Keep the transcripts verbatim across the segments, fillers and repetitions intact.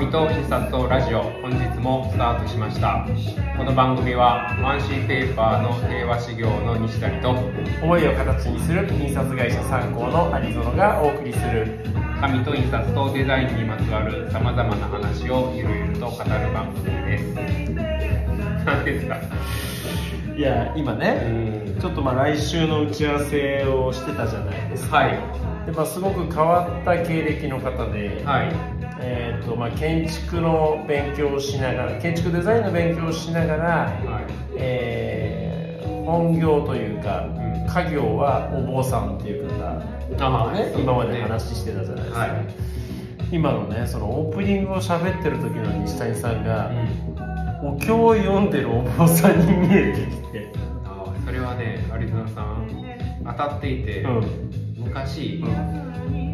と印刷とラジオ、本日もスタートしました。この番組はワンシーペーパーの平和修行の西谷と思いを形にする印刷会社三幸の有園がお送りする紙と印刷とデザインにまつわるさまざまな話をゆるゆると語る番組です。何ですか？ いや今ね、ちょっとまあ来週の打ち合わせをしてたじゃないですか。 はい。 でまあ、すごく変わった経歴の方で、 はい。 えーとまあ、建築の勉強をしながら建築デザインの勉強をしながら、はい、えー、本業というか、うん、家業はお坊さんっていう方をね、ね、今まで話してたじゃないですか、はい、今のねそのオープニングを喋ってる時の西谷さんが、うん、お経を読んでるお坊さんに見えてきて、 あそれはね有園さん当たっていて、うん、昔、うん、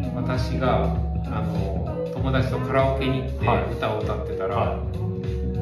私があの友達とカラオケに行って歌を歌ってたら、はい、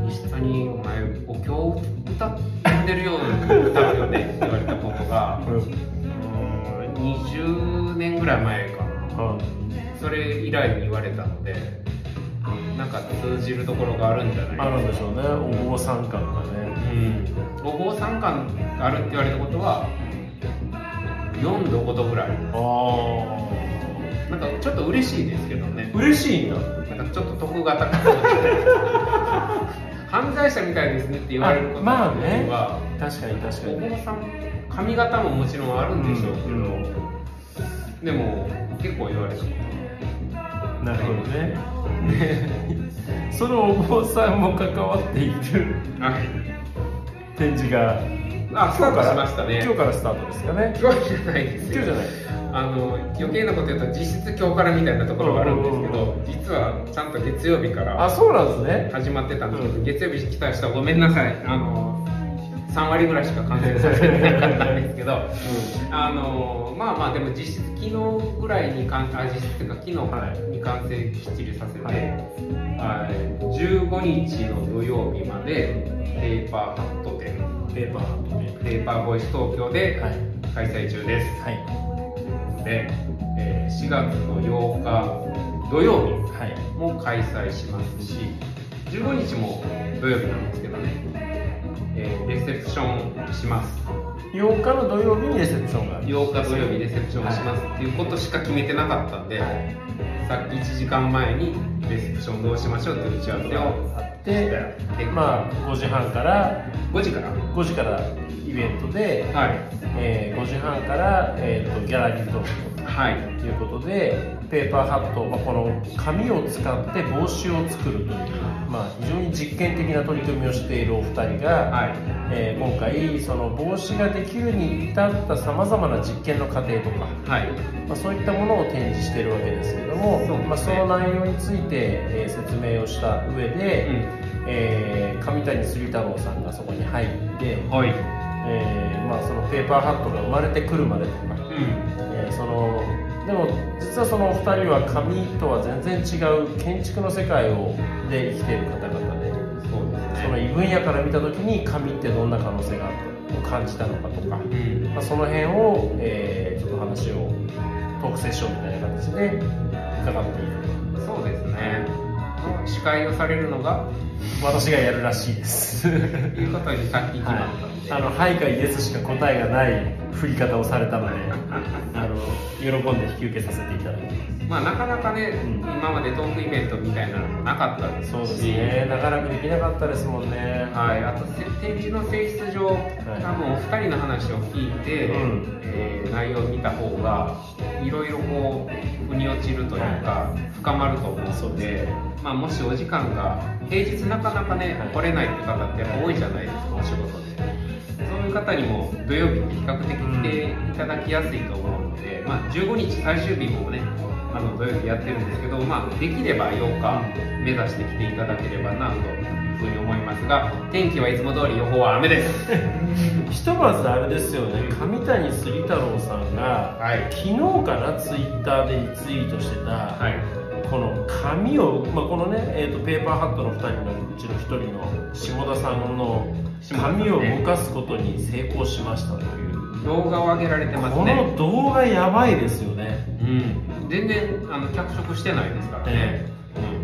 西谷お前お経を歌ってるように歌うよねって言われたことが、うん、うんにじゅうねんぐらい前かな、うん、それ以来に言われたのでなんか通じるところがあるんじゃないですか。 あるんでしょうね、お坊さん感がね、 うん、お坊さん感があるって言われたことはよんどごどぐらい。あなんかちょっと嬉しいですけどね。 嬉しいんだ。 なんかちょっと得が高くて犯罪者みたいですねって言われることは、 まあね、確かに確かに。 お坊さん髪型ももちろんあるんでしょうけど、うんうん、でも結構言われたこと。 なるほどね。そのお坊さんも関わっている展示があスタートしましたね。 今日からスタートですかね。 今日じゃないですよ。 今日じゃない。 あの余計なこと言うと実質今日からみたいなところがあるんですけど、実はちゃんと月曜日からあそうなんですね始まってたんですけど、うん、月曜日来た人はごめんなさい、あのさんわりぐらいしか完成させてなかったんですけど、うん、あのまあまあでも実質昨日ぐらいに完あ実質っていうか昨日に完成きっちりさせて、はい、じゅうごにちの土曜日までペーパーハット展ペーパーハット展ペーパーボイス東京で開催中です。はい。で、えー、しがつのようか土曜日も開催しますし、じゅうごにちも土曜日なんですけどね、えー、レセプションします。 ようかの土曜日にレセプションがある。 ようか土曜日レセプションしますっていうことしか決めてなかったんで、はい、さっきいちじかんまえにレセプションどうしましょうっていう打ち合わせをあってでまあごじはんからごじからごじからイベントで、はいえー、ごじはんから、えー、とギャラリートークということで、はい、ペーパーハット、まあ、この紙を使って帽子を作るという、まあ、非常に実験的な取り組みをしているお二人が、はいえー、今回その帽子ができるに至ったさまざまな実験の過程とか、はいまあ、そういったものを展示しているわけですけれども そ,、まあ、その内容について、えー、説明をした上で、うんえー、上谷杉太郎さんがそこに入って、はいえーまあ、そのペーパーハットが生まれてくるまでとか、うんえー、そのでも実はそのお二人は紙とは全然違う建築の世界をで生きている方々で、そうですね、その異分野から見た時に紙ってどんな可能性があったを感じたのかとか、うんまあ、その辺を、えー、ちょっと話をトークセッションみたいな形で伺っている。 そうですね。司会をされるのが私がやるらしいです。 いうことにさっき決まったんで、 はい、あのはいかイエスしか答えがない振り方をされたのであの喜んで引き受けさせていただきます。 まあなかなかね、うん、今までトークイベントみたいなのもなかったですし、 そうですね、なかなかできなかったですもんね。 はい、あと展示の性質上、はい、多分お二人の話を聞いて、うんえー、内容を見た方がいろいろこう腑に落ちるというか、はい、深まると思うので、でまあ、もしお時間が平日なかなかね、はい、来れないって方ってやっぱ多いじゃないですか、お仕事で。そういう方にも土曜日って比較的来ていただきやすいと思うので、まあ、じゅうごにち最終日もねあの土曜日やってるんですけど、まあ、できればようか目指して来ていただければなというふうに思いますが、天気はいつも通り予報は雨ですひとまずあれですよね、上谷杉太郎さんが、はい、昨日かなツイッターでリツイートしてた、はい、この紙を、まあ、このね、えーと、ペーパーハットのふたりのうちのひとりの下田さんの紙を動かすことに成功しましたという動画を上げられてますね。 この動画やばいですよね。 うん、全然あの脚色してないですからね、 えーうん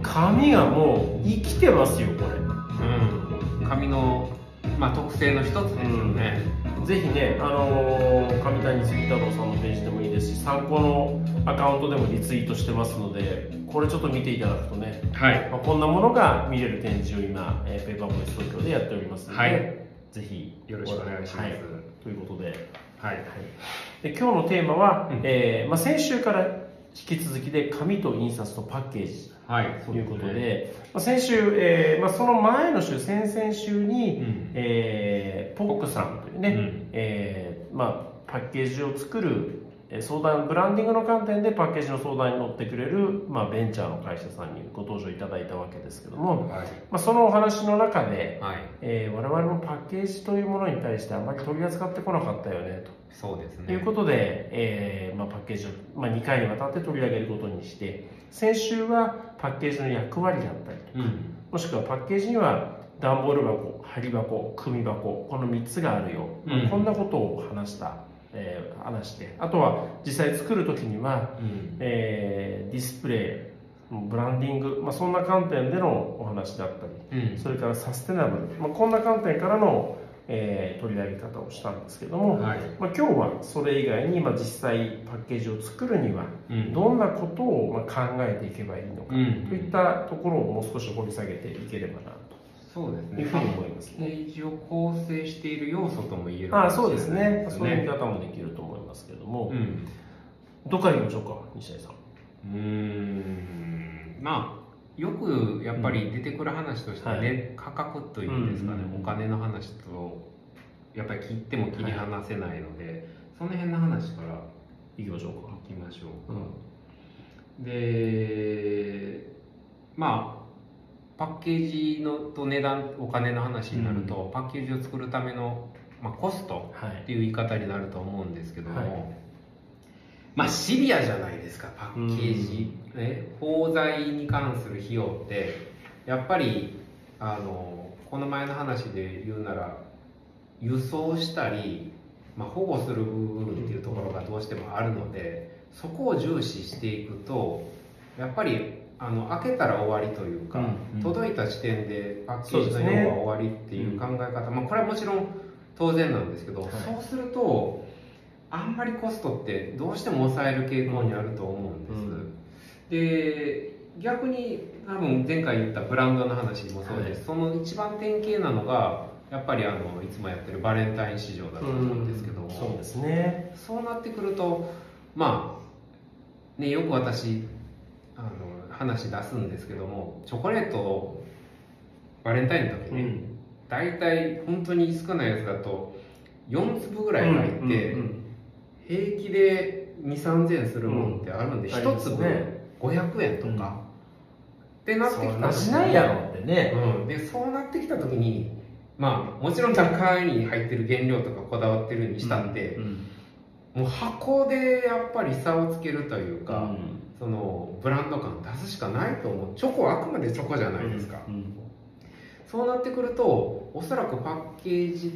紙がもう生きてますよこれ。 うん、紙の、まあ、特性の一つですよね。 うん、ぜひね、あのー、上谷杉太郎さんのページでもいいですし、参考のアカウントでもリツイートしてますので、これちょっと見ていただくとね、はい、まあ、こんなものが見れる展示を今、えー、ペーパーボイス東京でやっておりますので、はい、ぜひよろしくお願いします。はい、 ということで、 はい、はい、 で今日のテーマは、うん、えーまあ、先週から引き続きで紙と印刷とパッケージということで、はい、ね、まあ、先週、えーまあ、その前の週、先々週に、うん、えー、ポックさんというね、うん、えーまあ、パッケージを作る相談、ブランディングの観点でパッケージの相談に乗ってくれる、まあ、ベンチャーの会社さんにご登場いただいたわけですけども、はい、まあ、そのお話の中で、はい、えー、我々もパッケージというものに対してあまり取り扱ってこなかったよねと。 そうですね。 いうことで、えーまあ、パッケージを、まあ、にかいにわたって取り上げることにして、先週はパッケージの役割だったりとか、うん、もしくはパッケージには段ボール箱、針箱、組箱、このみっつがあるよ、うん、こんなことを話した、えー、話して、あとは実際作るときには、うん、えー、ディスプレイ、ブランディング、まあ、そんな観点でのお話だったり、うん、それからサステナブル、まあ、こんな観点からのえー、取り上げ方をしたんですけども、はい、まあ、今日はそれ以外に、まあ、実際パッケージを作るにはどんなことをまあ考えていけばいいのか、うん、といったところをもう少し掘り下げていければなと。 そうですね。 いうふうに思いますね。 パッケージを構成している要素とも言えるかもしれないですね。ああ、そうですね。そういう見方もできると思いますけども、うん、どっから行きましょうか、西谷さん。 うーん、まあよくやっぱり出てくる話としてね、うん、はい、価格というんですかね、うん、お金の話とやっぱり切っても切り離せないので、はい、その辺の話からいきましょうか。 いきましょうか。うん、で、まあパッケージのと値段、お金の話になると、うん、パッケージを作るための、まあ、コストっていう言い方になると思うんですけども、はい、まあシビアじゃないですか、パッケージ、うん、ね、包材に関する費用ってやっぱりあのこの前の話で言うなら輸送したり、まあ、保護する部分っていうところがどうしてもあるので、そこを重視していくとやっぱりあの開けたら終わりというか、うんうん、届いた時点でパッケージの用は終わりっていう考え方、まあ、これはもちろん当然なんですけど、はい、そうするとあんまりコストってどうしても抑える傾向にあると思うんです、うん、で逆に多分前回言ったブランドの話もそうです、はい、その一番典型なのがやっぱりあのいつもやってるバレンタイン市場だと思うんですけども、うん、 そうですね。 そうなってくるとまあね、よく私あの話出すんですけども、チョコレートをバレンタインの時ね、うん、大体本当に少ないやつだとよん粒ぐらい入って、うんうんうん、平気でにさんぜんえんするもんってあるんで、うん、ひとつぶごひゃくえんとか、うん、ってなってきたらしないやろってね、 うん、でそうなってきた時に、まあもちろん中に入ってる原料とかこだわってるにしたって、うんうん、もう箱でやっぱり差をつけるというか、うん、そのブランド感出すしかないと思う。チョコはあくまでチョコじゃないですか、うんうん、そうなってくるとおそらくパッケージって、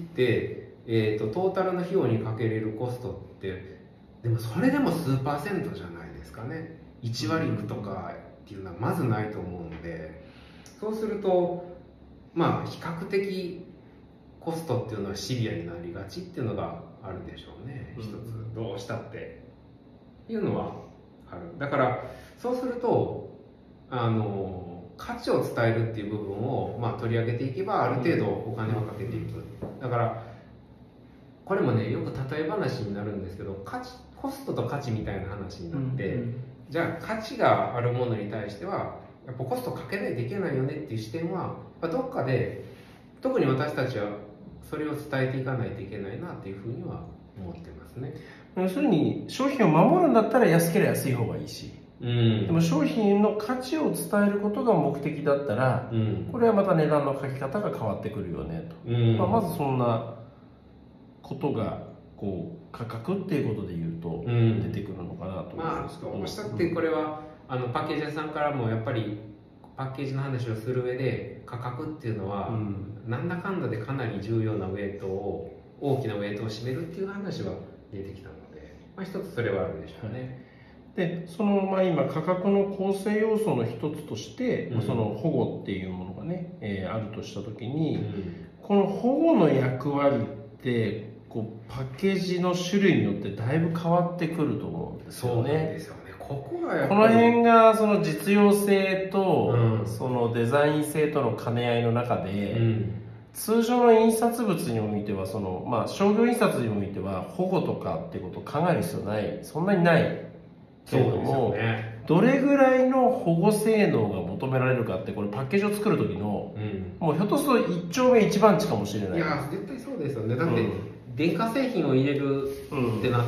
えーと、トータルの費用にかけれるコストってでもそれでも数パーセントじゃないですかね。いち割いくとかっていうのはまずないと思うので、そうするとまあ比較的コストっていうのはシビアになりがちっていうのがあるでしょうね、一つどうしたっていうのはある。だからそうするとあの価値を伝えるっていう部分を、まあ、取り上げていけばある程度お金をかけていく。だからこれもねよく例え話になるんですけど、価値コストと価値みたいな話になって、うんうん、じゃあ価値があるものに対してはやっぱコストかけないといけないよねっていう視点はやっぱどっかで特に私たちはそれを伝えていかないといけないなっていうふうには思ってますね。 要するに商品を守るんだったら安ければ安い方がいいし、うん、でも商品の価値を伝えることが目的だったら、うん、これはまた値段の書き方が変わってくるよねと、うん、まあ、まずそんなことがこう価格っていうことで言うと出てくるのかなと思いますけど、 まあ、おっしゃってこれはあのパッケージ屋さんからもやっぱりパッケージの話をする上で価格っていうのは、うん、なんだかんだでかなり重要なウェイトを大きなウェイトを占めるっていう話は出てきたので、まあ、一つそれはあるでしょうね。 でその、まあ、今価格の構成要素の一つとして、うん、その保護っていうものがね、えー、あるとした時に、うん、この保護の役割ってこうパッケージの種類によってだいぶ変わってくると思うんですよね。そうですよね。ここがやっぱりこの辺がその実用性と、うん、そのデザイン性との兼ね合いの中で、うん、通常の印刷物においてはその、まあ、商業印刷においては保護とかっていうことを考える必要ないそんなにないけれども、ね、どれぐらいの保護性能が求められるかってこれパッケージを作る時の、うん、もうひょっとすると一丁目一番地かもしれない。いや絶対そうですよね。だって、うん、電化製品を入れるってなって、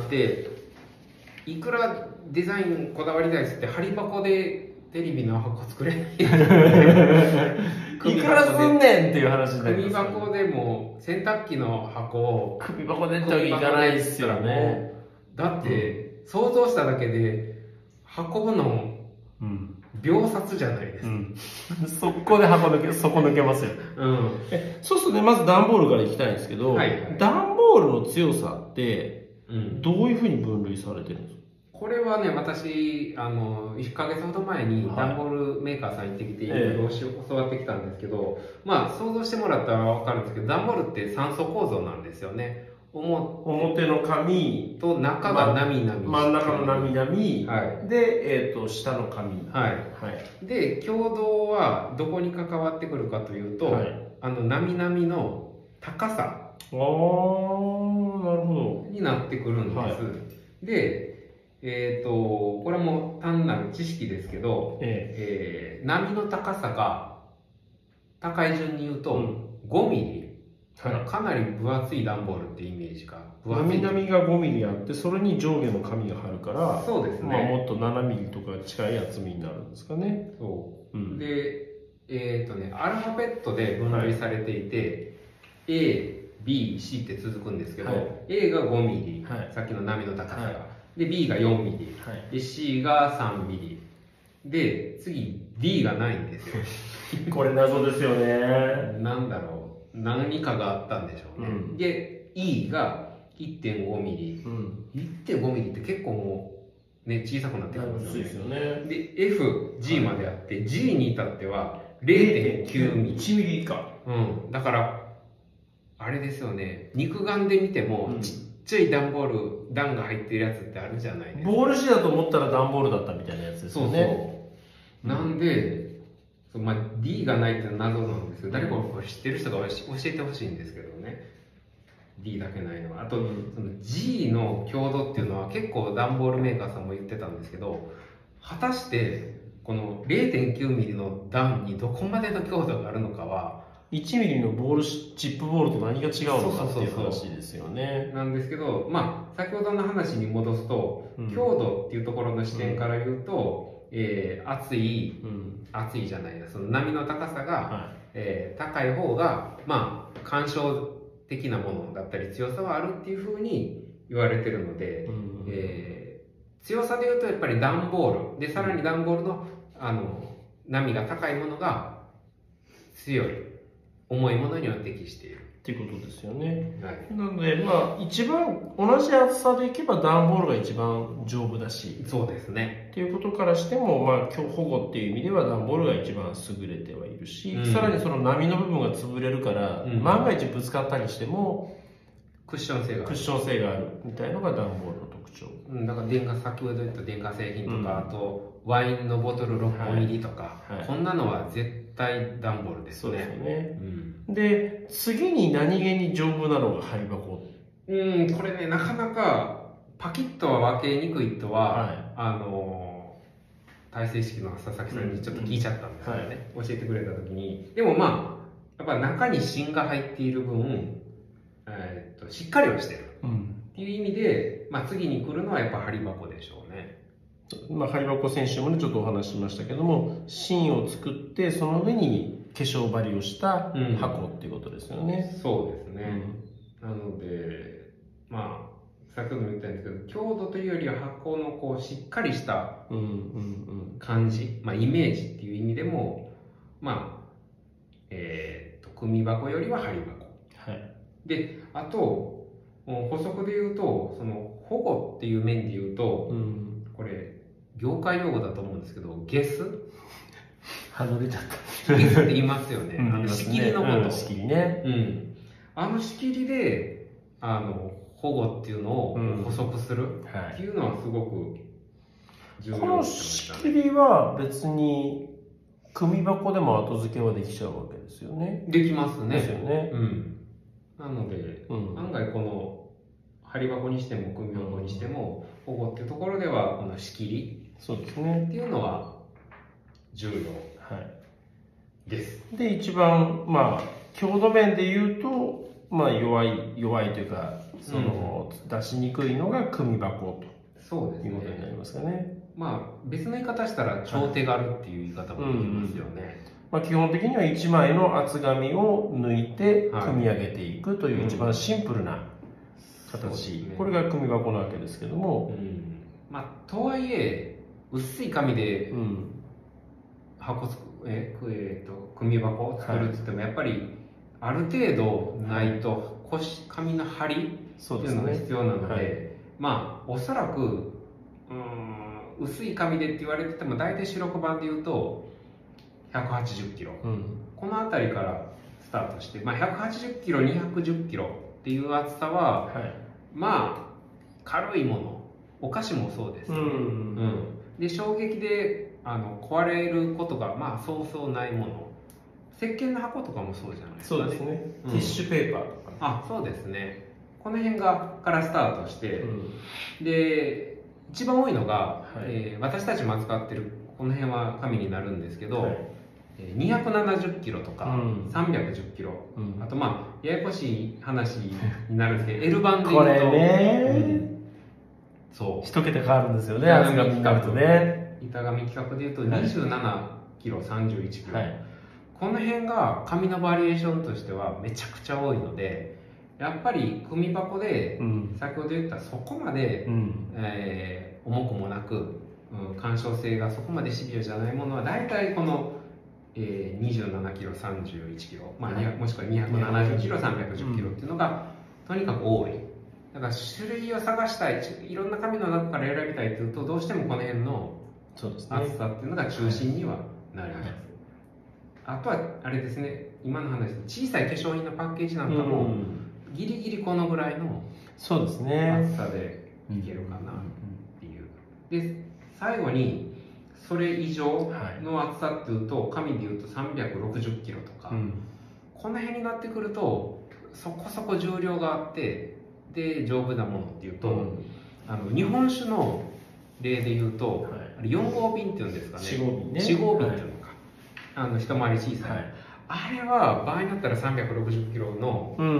うん、いくらデザインこだわりたいっつって針箱でテレビの箱作れないいくらすんねんっていう話になります、ね、組箱でも洗濯機の箱を組箱でってわけいかないですよね。 だって、うん、想像しただけで運ぶの秒殺じゃないですか、うんうん、速攻で箱抜け底抜けますよ、うん、えそうするとねまず段ボールからいきたいんですけど、はい、段ボールの強さってどういうふうに分類されてるんですか？ これはね、私、あの、いっかげつほど前に段ボールメーカーさん行ってきて、いろいろ教わってきたんですけど、ええ、まあ、想像してもらったらわかるんですけど、段ボールってさん層構造なんですよね。 表の紙と中がなみなみ、 真ん中のなみなみ、はい、で、えーと、下の紙。 はい。はい、で、共同はどこに関わってくるかというと、はい、あの、なみなみの高さ。 あー、なるほど。になってくるんです。はい、で、えーと、これも単なる知識ですけど、えええー、波の高さが高い順に言うとごミリ、うん、はい、かなり分厚い段ボールってイメージが分厚い。波々がごミリあってそれに上下の紙が貼るから、 そうですね、 まあ、もっとななミリとか近い厚みになるんですかね。 そう、うん、で、えーとね、アルファベットで分類されていて、はい、A、B、C って続くんですけど、はい、A がごミリ、はい、さっきの波の高さが、はい、で B がよんミリ、はい、で C がさんミリで次 D がないんですよこれ謎ですよね。 なんだろう、何かがあったんでしょうね、うん、で E が いってんごミリ、うん、いってんごミリって結構もうね小さくなってくるんですよね。で F、G まであって、はい、G に至っては れいてんきゅうミリ、 いちミリ以下、 うん、だからあれですよね、肉眼で見ても、うん、ちっちゃい段ボール、段が入ってるやつってあるじゃないですか。 ボール紙だと思ったら段ボールだったみたいなやつですよね。 そうそう。なんで、うん、まあ、D がないって謎なんですよ。誰かこれ知ってる人が教えてほしいんですけどね。D だけないのは。あと、その G の強度っていうのは結構段ボールメーカーさんも言ってたんですけど、果たしてこの れいてんきゅうミリの段にどこまでの強度があるのかは、 いちミリのボールチップボールと何が違うのかっていう話ですよね。 なんですけど、まあ、先ほどの話に戻すと、うん、強度っていうところの視点から言うと、うん、えー、厚い、うん、厚いじゃないな、その波の高さが、はい、えー、高い方が、まあ、干渉的なものだったり強さはあるっていうふうに言われてるので、うん、えー、強さで言うとやっぱり段ボールで、さらに段ボールの、あの波が高いものが強い。重いものには適しているっていうことですよね。はい、なので、まあ、一番同じ厚さでいけば段ボールが一番丈夫だし、 そうですね。 っていうことからしても、まあ、今日保護っていう意味では段ボールが一番優れてはいるし、うん、さらにその波の部分が潰れるから、うん、万が一ぶつかったりしてもクッション性があるクッション性があるみたいのが段ボールの特徴。 うん、だから電化、先ほど言った電化製品とか、うん、あとワインのボトルろっこミリとか、はいはい、こんなのは絶対段ボールですね。 そうですよね。うん、で、次に何気に丈夫なのが針箱。 うん、これね、なかなかパキッとは分けにくいとは、はい、あの、体制式の佐々木さんにちょっと聞いちゃったんですよね。うんはい、教えてくれた時に。でもまあ、やっぱ中に芯が入っている分、えー、っとしっかりはしてる。うんっていう意味で、まあ、次に来るのはやっぱ針箱でしょうね。 まあ、針箱先週もねちょっとお話ししましたけども、芯を作ってその上に化粧張りをした箱っていうことですよね。 うん、そうですね、うん、なのでまあ先ほども言ったんですけど、強度というよりは箱のこうしっかりした感じ、まあ、イメージっていう意味でもまあえー、と組箱よりは針箱、はい、であと補足で言うと、その保護っていう面で言うと、うん、これ界用語だと思うんですけど、ゲス外れちゃったゲスって言いますよね、 うん、 あの仕切りのこと、 うん、仕切りね、 うん、あの仕切りであの保護っていうのを補足するっていうのはすごく重要ですね。 この仕切りは別に組箱でも後付けはできちゃうわけですよね。 できますね。 ですよね。 うん。なので、うん、案外この針箱にしても組箱にしても、保護っていうところではこの仕切りそうですねっていうのは重要です。 はい、で一番まあ強度面で言うと、まあ、弱い弱いというかその、うん、出しにくいのが組箱と。そうですね、いうことになりますかね。 まあ別の言い方したら超手軽っていう言い方もできますよね。はい、うんうん、 まあ、基本的にはいちまいの厚紙を抜いて組み上げていくという一番シンプルな形、うんね、これが組箱なわけですけども、 うん、まあとはいえ薄い紙で箱つく、ええー、と組箱を作るって言ってもやっぱりある程度ないと腰紙の張りっていうのが必要なので、はい、まあおそらくうん薄い紙でって言われてても大体主力版で言うとひゃくはちじゅっキロ、うん、この辺りからスタートして、まあ、ひゃくはちじゅっキロにひゃくじゅっキロっていう厚さは、はい、まあ軽いものお菓子もそうです、ね、うんうん、で衝撃であの壊れることがまあそうそうないもの石鹸の箱とかもそうじゃないですかね。 そうですね、うん、ティッシュペーパーとか、 あそうですねこの辺がからスタートして、うん、で一番多いのが、はい、えー、私たちも扱ってるこの辺は紙になるんですけど、はい、にひゃくななじゅっキロとか、うん、さんびゃくじゅっキロ、うん、あとまあややこしい話になるんですけどL 版で言うとこれね、うん、 そう一桁変わるんですよね、厚紙になるとね。 板紙規格で言うとにじゅうななキロ、さんじゅういちキロ、はい、この辺が紙のバリエーションとしてはめちゃくちゃ多いのでやっぱり組箱で、うん、先ほど言ったそこまで、うん、えー、重くもなく、うん、干渉性がそこまでシビアじゃないものは大体この、えー、にじゅうななキロ、さんじゅういちキロ、まあ、もしくはにひゃくななじゅっキロ、さんびゃくじゅっキロっていうのが、うん、とにかく多い。だから種類を探したい、いろんな紙の中から選びたいというとどうしてもこの辺の厚さっていうのが中心にはなります。はい、あとはあれですね、今の話小さい化粧品のパッケージなんかも、うん、ギリギリこのぐらいのそうですね厚さでいけるかなっていう。で最後にそれ以上の厚さっていうと紙でいうとさんびゃくろくじゅっキロとか、うん、この辺になってくるとそこそこ重量があってで丈夫なものっていうと、うん、あの日本酒の例でいうと、はい、よん号瓶っていうんですかね、 よん号瓶ね、 よん号瓶っていうのか、はい、あの一回り小さい、はい、あれは場合になったらさんびゃくろくじゅっキロの、うん、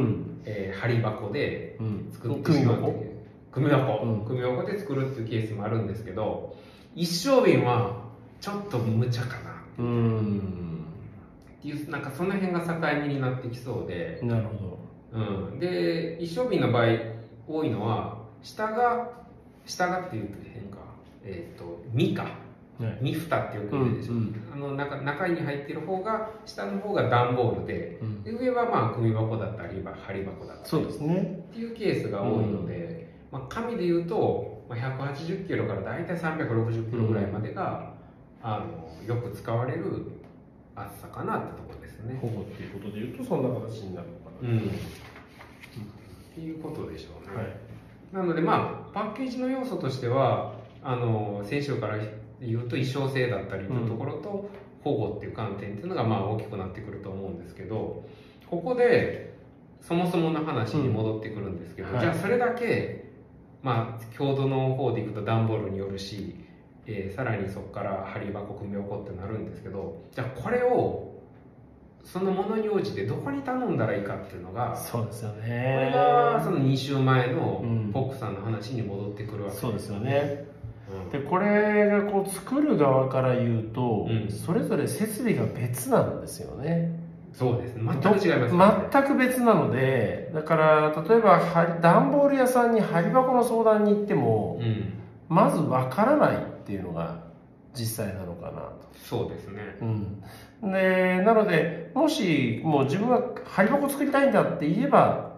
えー、針箱で作ってしまうっていう、組箱、うん、組箱で作るっていうケースもあるんですけど、一升瓶はちょっと無茶かな、うん、っていうなんかその辺が境目になってきそうで、 なるほど、うん、で一升瓶の場合多いのは下が下がっていうと変か、えっ、ー、と実か。ミフタってよく言うでしょ、うんうん、あの 中, 中に入ってる方が下の方が段ボール で,、うん、で上はまあ組箱だったり針箱だったりそうです、ね、 っていうケースが多いので、うん、まあ、紙でいうとひゃくはちじゅっキロからだいたいさんびゃくろくじゅっキロぐらいまでが、うん、あのよく使われる厚さかなってところですね。 保護っていうことでいうとそんな形になるのかな、うん、 っていうことでしょうね、はい、なのでまあパッケージの要素としてはあの先週から言うと衣装性だったりというところと保護っていう観点っていうのがまあ大きくなってくると思うんですけど、ここでそもそもの話に戻ってくるんですけど、うん、じゃあそれだけまあ強度の方でいくと段ボールによるし、えー、さらにそこから針箱組箱ってなるんですけど、じゃあこれをそのものに応じてどこに頼んだらいいかっていうのが、 そうですよね、これがそのに週前のポックさんの話に戻ってくるわけです、 そうですよね。でこれがこう作る側から言うと、うん、それぞれ設備が別なんですよね。 そうですね、全く違いますね。 全く別なので、だから例えば段ボール屋さんに針箱の相談に行っても、うん、まずわからないっていうのが実際なのかなと。 そうですね、 うん、でなのでもしもう自分は針箱作りたいんだって言えば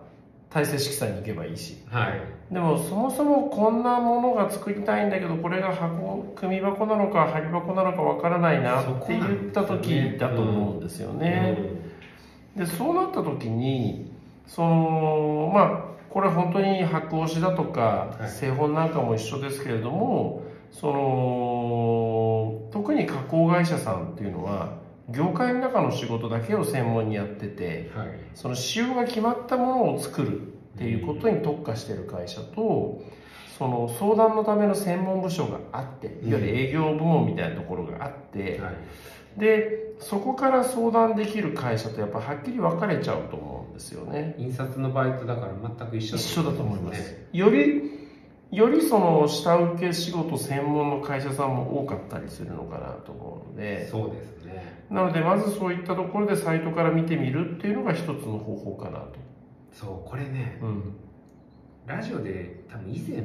大成色彩に行けばいいし、 はい、 でもそもそもこんなものが作りたいんだけどこれが箱組箱なのか針箱なのかわからないなって言った時だと思うんですよね。でそうなった時にそのまあこれ本当に箔押しだとか、はい、製本なんかも一緒ですけれども、その特に加工会社さんっていうのは業界の中の仕事だけを専門にやってて、はい、その仕様が決まったものを作るっていうことに特化している会社と、その相談のための専門部署があって、いわゆる営業部門みたいなところがあって、はい、でそこから相談できる会社とやっぱはっきり分かれちゃうと思うんですよね。 印刷のバイトだから全く一緒、 一緒だと思います。よりよりその下請け仕事専門の会社さんも多かったりするのかなと思うので、 そうですね。 なのでまずそういったところでサイトから見てみるっていうのが一つの方法かなと。 そうこれね、うん、ラジオで多分以前、うん、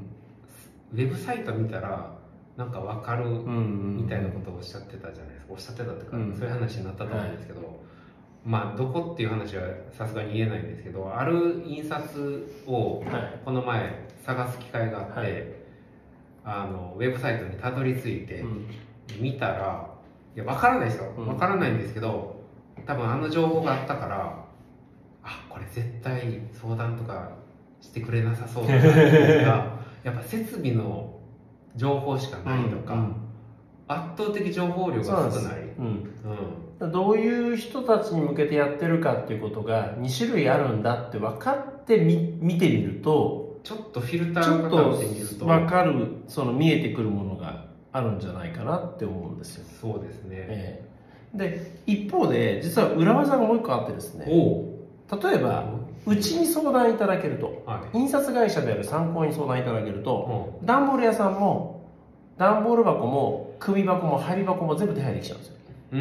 ウェブサイト見たらなんか分かるみたいなことをおっしゃってたじゃないですか。おっしゃってたっていうか、うん、そういう話になったと思うんですけど、はい、まあどこっていう話はさすがに言えないんですけど、ある印刷をこの前探す機会があって、はい、あのウェブサイトにたどり着いて見たら、いや分からないですよ、分からないんですけど、多分あの情報があったから、あこれ絶対相談とかしてくれなさそうだなっていうのがやっぱ設備の情報しかないとか、うんうん、圧倒的情報量が少ない。うんうん、どういう人たちに向けてやってるかっていうことがに種類あるんだって分かってみ見てみると、 ちょっとフィルターがかかってみると分かる、その見えてくるものがあるんじゃないかなって思うんですよ。 そうですね、 ええ、で一方で実は裏技がもう一個あってですね、例えばうちに相談いただけると、はい、印刷会社である参考に相談いただけると、うん、段ボール屋さんも段ボール箱も組箱も針箱も全部手配できちゃうんですよ。 うんうん、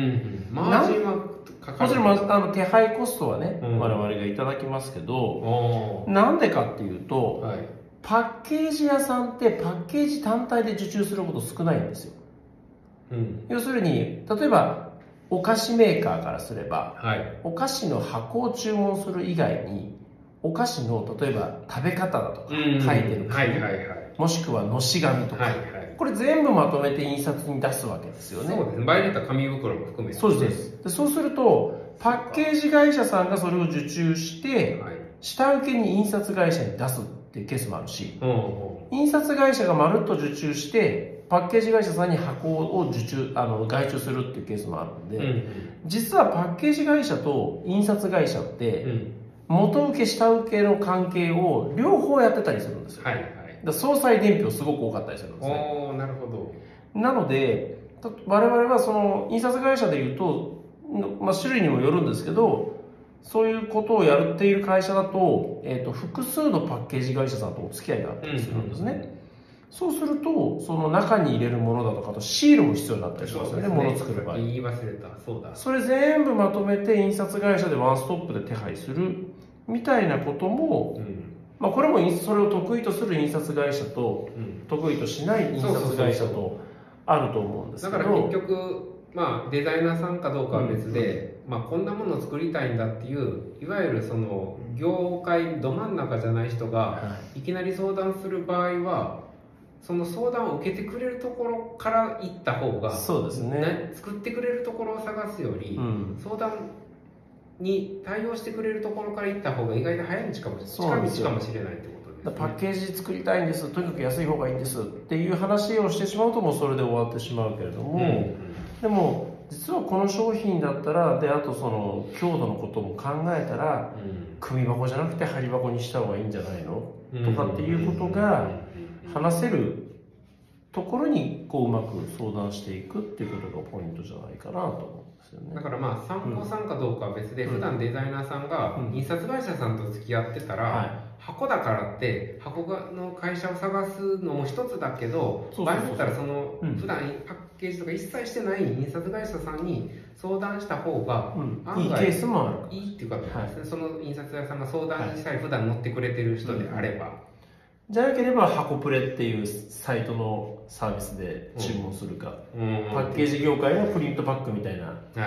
マージンはかかる。 もちろんあの手配コストはね、うん、我々がいただきますけど、なんでかっていうと、はい、パッケージ屋さんってパッケージ単体で受注すること少ないんですよ。うん、要するに例えばお菓子メーカーからすれば、はい、お菓子の箱を注文する以外にお菓子の例えば食べ方だとか書いてる紙、もしくはのし紙とか、はいはい、これ全部まとめて印刷に出すわけですよね。 そうですね。場合によっては紙袋も含めて、 そうです。でそうするとパッケージ会社さんがそれを受注して、はい、下請けに印刷会社に出すっていうケースもあるし、うんうん、印刷会社がまるっと受注してパッケージ会社さんに箱を受注あの外注するっていうケースもあるんで、うんうん、実はパッケージ会社と印刷会社って、うん、元請け下請けの関係を両方やってたりするんですよ。はいはい、だ相殺伝票すごく多かったりするんですね。 おー、なるほど。 なので我々はその印刷会社でいうと、まあ、種類にもよるんですけど、そういうことをやっている会社だと、えーと、複数のパッケージ会社さんとお付き合いがあったりするんですね。うんうん、そうするとその中に入れるものだとかとシールも必要になったりしますよね。物を作る場合。 言い忘れた。そうだ。 それ全部まとめて印刷会社でワンストップで手配するみたいなことも、うん、まあこれもそれを得意とする印刷会社と、うん、得意としない印刷会社とあると思うんですけど、 だから結局まあデザイナーさんかどうかは別で、うん、まあこんなものを作りたいんだっていういわゆるその業界ど真ん中じゃない人がいきなり相談する場合は、その相談を受けてくれるところから行った方が、 そうですね、 作ってくれるところを探すより、うん、相談に対応してくれるところから行った方が意外と早い道かもしれない、近道かもしれないってことですね。 パッケージ作りたいんです、とにかく安い方がいいんですっていう話をしてしまうともうそれで終わってしまうけれども、うんうん、でも実はこの商品だったら、であとその強度のことも考えたら、うん、組箱じゃなくて針箱にした方がいいんじゃないの、うん、とかっていうことが話せるところにこううまく相談していくっていうことがポイントじゃないかなと思うんですよね。 だからまあ参考さんかどうかは別で、うん、普段デザイナーさんが印刷会社さんと付き合ってたら、うんはい、箱だからって箱の会社を探すのも一つだけど、場合によったらその普段パッケージとか一切してない印刷会社さんに相談した方が案外いいケースもある、 いいっていうかですね、はい、その印刷屋さんが相談したい、普段乗ってくれてる人であれば、はい、 じゃなければ箱プレっていうサイトのサービスで注文するか、うん、パッケージ業界のプリントパックみたいな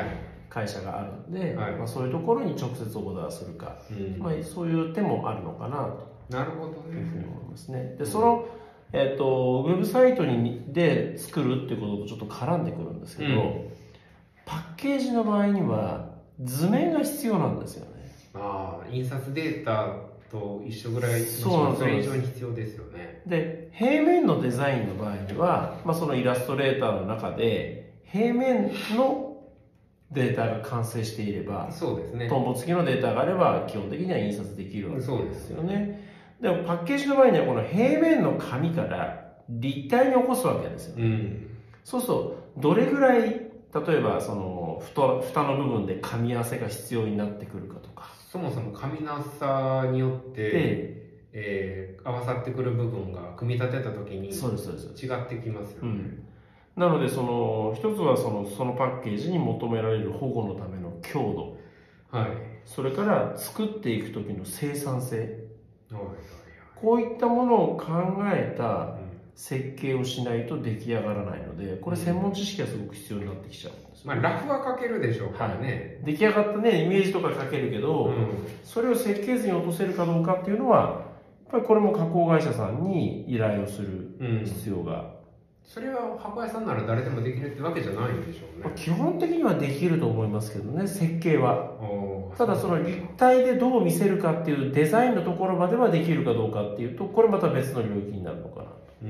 会社があるんで、はい、まあ、そういうところに直接オーダーするか、うん、まあ、そういう手もあるのかなとなるほど、ね、 いうふうに思いますね。でその、えー、とウェブサイトにで作るっていうこととちょっと絡んでくるんですけど、うん、パッケージの場合には図面が必要なんですよね。 ああ、印刷データと一緒ぐらい、そうそれ以上に必要ですよね。 で平面のデザインの場合には、まあ、そのイラストレーターの中で平面のデータが完成していれば、 そうですね、 トンボ付きのデータがあれば基本的には印刷できるわけですよね。でもパッケージの場合にはこの平面の紙から立体に起こすわけですよね、うん、そうするとどれぐらい、例えばその蓋、蓋の部分で噛み合わせが必要になってくるかとか、 そもそも噛み合わさによって、えー、合わさってくる部分が組み立てた時に違ってきますよね。うん、 なのでその一つはその、そのパッケージに求められる保護のための強度、はい、それから作っていく時の生産性、はいはいはい、こういったものを考えた設計をしないと出来上がらないので、これ専門知識がすごく必要になってきちゃうんです。 まあ、ラフは書けるでしょうからね、 はい、出来上がったねイメージとか書けるけど、うん、それを設計図に落とせるかどうかっていうのはやっぱりこれも加工会社さんに依頼をする必要が、うん、 それは箱屋さんなら誰でもできるってわけじゃないんでしょうね。 まあ、基本的にはできると思いますけどね、設計は。ただその立体でどう見せるかっていうデザインのところまではできるかどうかっていうと、これまた別の領域になるのかなと、うん、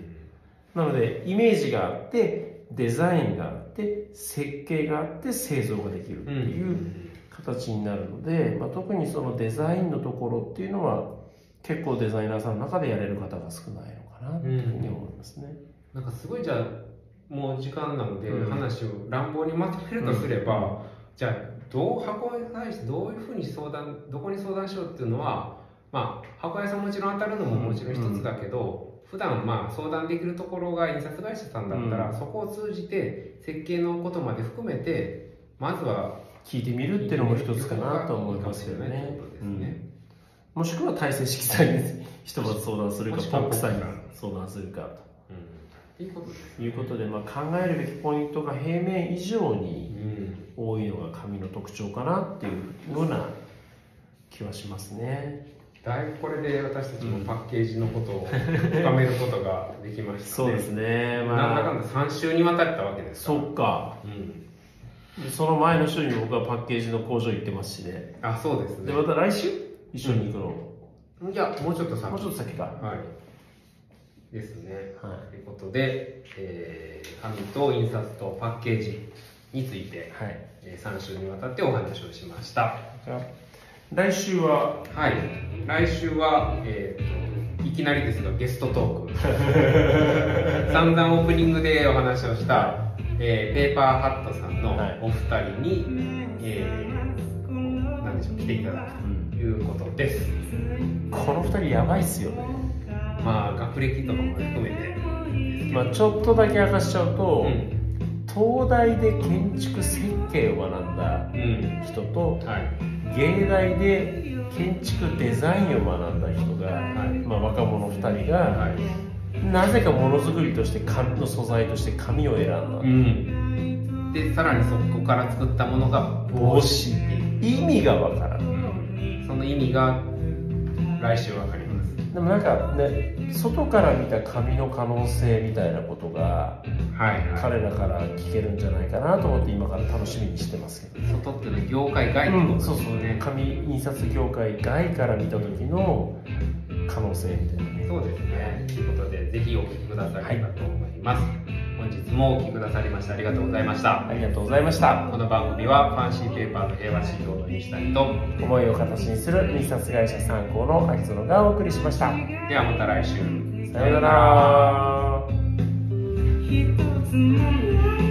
なのでイメージがあってデザインがあって設計があって製造ができるっていう形になるので、まあ、特にそのデザインのところっていうのは結構デザイナーさんの中でやれる方が少ないのかなというふうに思いますね。 なんかすごい、じゃあもう時間なので話を乱暴にまとめるとすれば、うん、じゃあどう箱に対してどういうふうに相談、どこに相談しようっていうのは、まあ箱屋さんもちろん当たるのももちろん一つだけど、うん、普段まあ相談できるところが印刷会社さんだったら、うん、そこを通じて設計のことまで含めてまずは聞いてみるっていうのも一つかなと思いますよね。もしくは大成色彩に一言相談するか、ポップさんに相談するかと。ということで、いうことでまあ、考えるべきポイントが平面以上に多いのが紙の特徴かなっていうような気はしますね。 だいぶこれで私たちもパッケージのことを深めることができましたね。 そうですね、 まあ、なんだかんださん週にわたったわけですから。 そっか、うん、でその前の週に僕はパッケージの工場行ってますしね。 あ、そうですね。 でまた来週一緒に行くの、 うん、いやもうちょっと先、 もうちょっと先か、 はいですね。はい、ということで、えー、紙と印刷とパッケージについて、はい、えー、さん週にわたってお話をしました。 来週は、 はい、来週は、えーと、いきなりですがゲストトーク散々オープニングでお話をした、えー、ペーパーハットさんのお二人に、はい、えー、何でしょう、来ていただくということです。 この二人やばいっすよね。 まあ学歴とかも含めて、 まあ、ちょっとだけ明かしちゃうと、うん、東大で建築設計を学んだ人と、うん、はい、芸大で建築デザインを学んだ人が、はい、まあ、若者ふたりが、はい、なぜかものづくりとして紙の素材として紙を選んだ、うん、 でさらにそこから作ったものが帽子っていう意味がわからない、うん、 その意味が来週わかります。 でもなんかね、外から見た紙の可能性みたいなことが、はいはい、彼らから聞けるんじゃないかなと思って今から楽しみにしてますけど、 外っていうのは業界外ってことですね、うん、そうそうね、 紙印刷業界外から見た時の可能性みたいなね。 そうですね。ということでぜひお聞きくださればと思います、はい、本日もお聞きくださりましてありがとうございました。 ありがとうございました。 この番組はファンシーペーパーと平和市場の西谷と思いを形にする印刷会社サンコーの秋園がお送りしました。 ではまた来週。 さようなら。